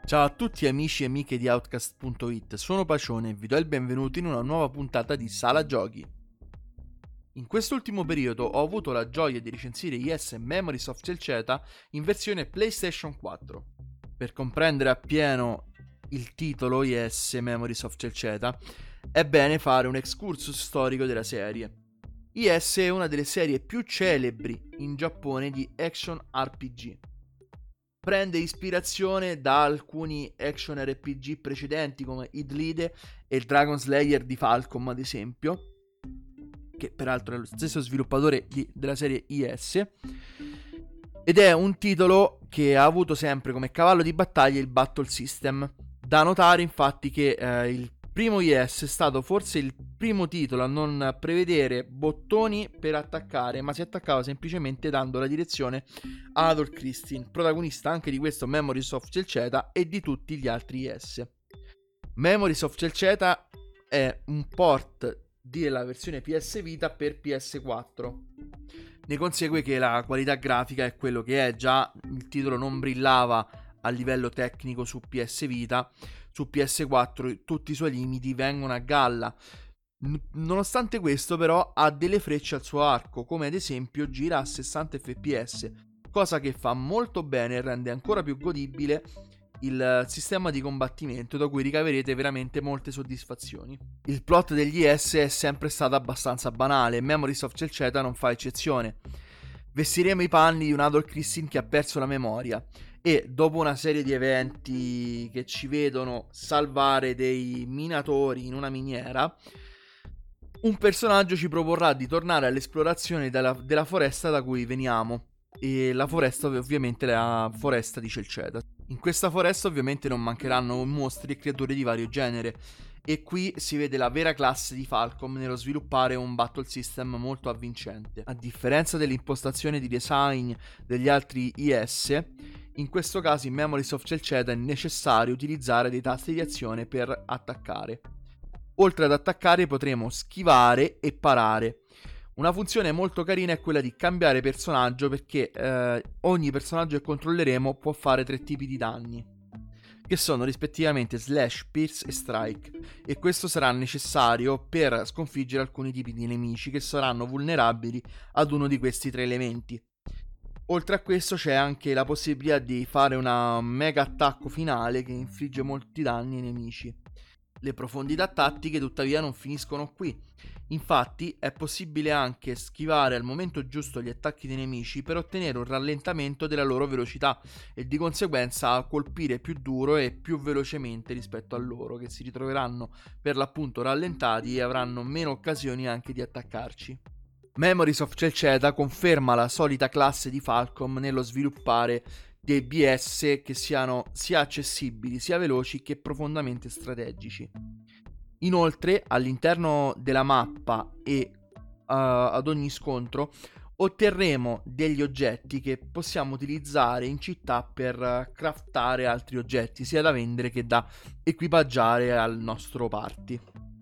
Ciao a tutti amici e amiche di Outcast.it, sono Pacione e vi do il benvenuto in una nuova puntata di Sala Giochi. In quest'ultimo periodo ho avuto la gioia di recensire IS Memories of Celceta in versione PlayStation 4. Per comprendere appieno il titolo IS Memories of Celceta è bene fare un excursus storico della serie. IS è una delle serie più celebri in Giappone di action RPG. Prende ispirazione da alcuni action RPG precedenti come Idlide e il Dragon Slayer di Falcom, ad esempio, che peraltro è lo stesso sviluppatore della serie IS, ed è un titolo che ha avuto sempre come cavallo di battaglia il Battle System. Da notare infatti che il primo IS è stato forse il primo titolo a non prevedere bottoni per attaccare, ma si attaccava semplicemente dando la direzione a Adol Christin, protagonista anche di questo Memories of Celceta e di tutti gli altri IS. Memories of Celceta è un port della versione PS Vita per PS4. Ne consegue che la qualità grafica è quello che è, già il titolo non brillava a livello tecnico su PS Vita. Su PS4 tutti i suoi limiti vengono a galla. Nonostante questo però ha delle frecce al suo arco, come ad esempio gira a 60 fps, cosa che fa molto bene e rende ancora più godibile il sistema di combattimento, da cui ricaverete veramente molte soddisfazioni. Il plot degli IS è sempre stato abbastanza banale e Memories of Celceta non fa eccezione. Vestiremo i panni di un Adol Christin che ha perso la memoria e dopo una serie di eventi che ci vedono salvare dei minatori in una miniera, un personaggio ci proporrà di tornare all'esplorazione della foresta da cui veniamo, e la foresta ovviamente è la foresta di Celceta. In questa foresta ovviamente non mancheranno mostri e creature di vario genere, e qui si vede la vera classe di Falcom nello sviluppare un battle system molto avvincente. A differenza dell'impostazione di design degli altri IS, in questo caso in Memories of Celceta è necessario utilizzare dei tasti di azione per attaccare. Oltre ad attaccare potremo schivare e parare. Una funzione molto carina è quella di cambiare personaggio, perché ogni personaggio che controlleremo può fare 3 tipi di danni, che sono rispettivamente Slash, Pierce e Strike, e questo sarà necessario per sconfiggere alcuni tipi di nemici che saranno vulnerabili ad uno di questi 3 elementi. Oltre a questo c'è anche la possibilità di fare un mega attacco finale che infligge molti danni ai nemici. Le profondità tattiche tuttavia non finiscono qui. Infatti è possibile anche schivare al momento giusto gli attacchi dei nemici per ottenere un rallentamento della loro velocità e di conseguenza colpire più duro e più velocemente rispetto a loro, che si ritroveranno per l'appunto rallentati e avranno meno occasioni anche di attaccarci. Memories of Celceta conferma la solita classe di Falcom nello sviluppare dei BS che siano sia accessibili, sia veloci che profondamente strategici. Inoltre, all'interno della mappa e ad ogni scontro otterremo degli oggetti che possiamo utilizzare in città per craftare altri oggetti, sia da vendere che da equipaggiare al nostro party.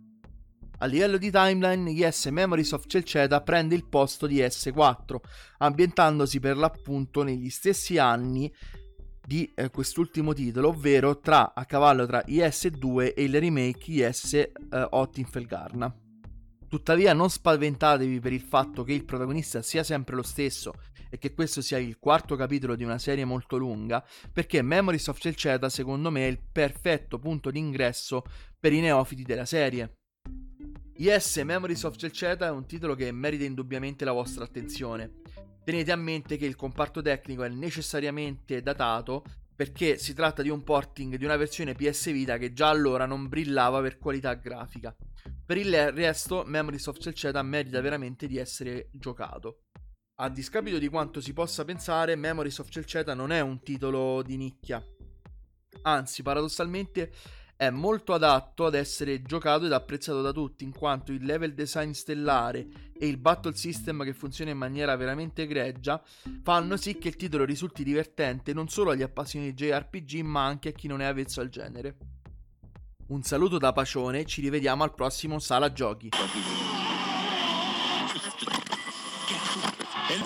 A livello di timeline, IS Memories of Celceta prende il posto di S4, ambientandosi per l'appunto negli stessi anni di quest'ultimo titolo, ovvero a cavallo tra IS-2 e il remake IS Ottinfelgarna. Tuttavia non spaventatevi per il fatto che il protagonista sia sempre lo stesso e che questo sia il 4º capitolo di una serie molto lunga, perché Memories of Celceta secondo me è il perfetto punto d'ingresso per i neofiti della serie. IS Memories of Celceta è un titolo che merita indubbiamente la vostra attenzione. Tenete a mente che il comparto tecnico è necessariamente datato, perché si tratta di un porting di una versione PS Vita che già allora non brillava per qualità grafica. Per il resto, Memories of Celceta merita veramente di essere giocato. A discapito di quanto si possa pensare, Memories of Celceta non è un titolo di nicchia. Anzi, paradossalmente è molto adatto ad essere giocato ed apprezzato da tutti, in quanto il level design stellare e il battle system che funziona in maniera veramente egregia fanno sì che il titolo risulti divertente non solo agli appassionati di JRPG, ma anche a chi non è avvezzo al genere. Un saluto da Pacione, ci rivediamo al prossimo Sala Giochi.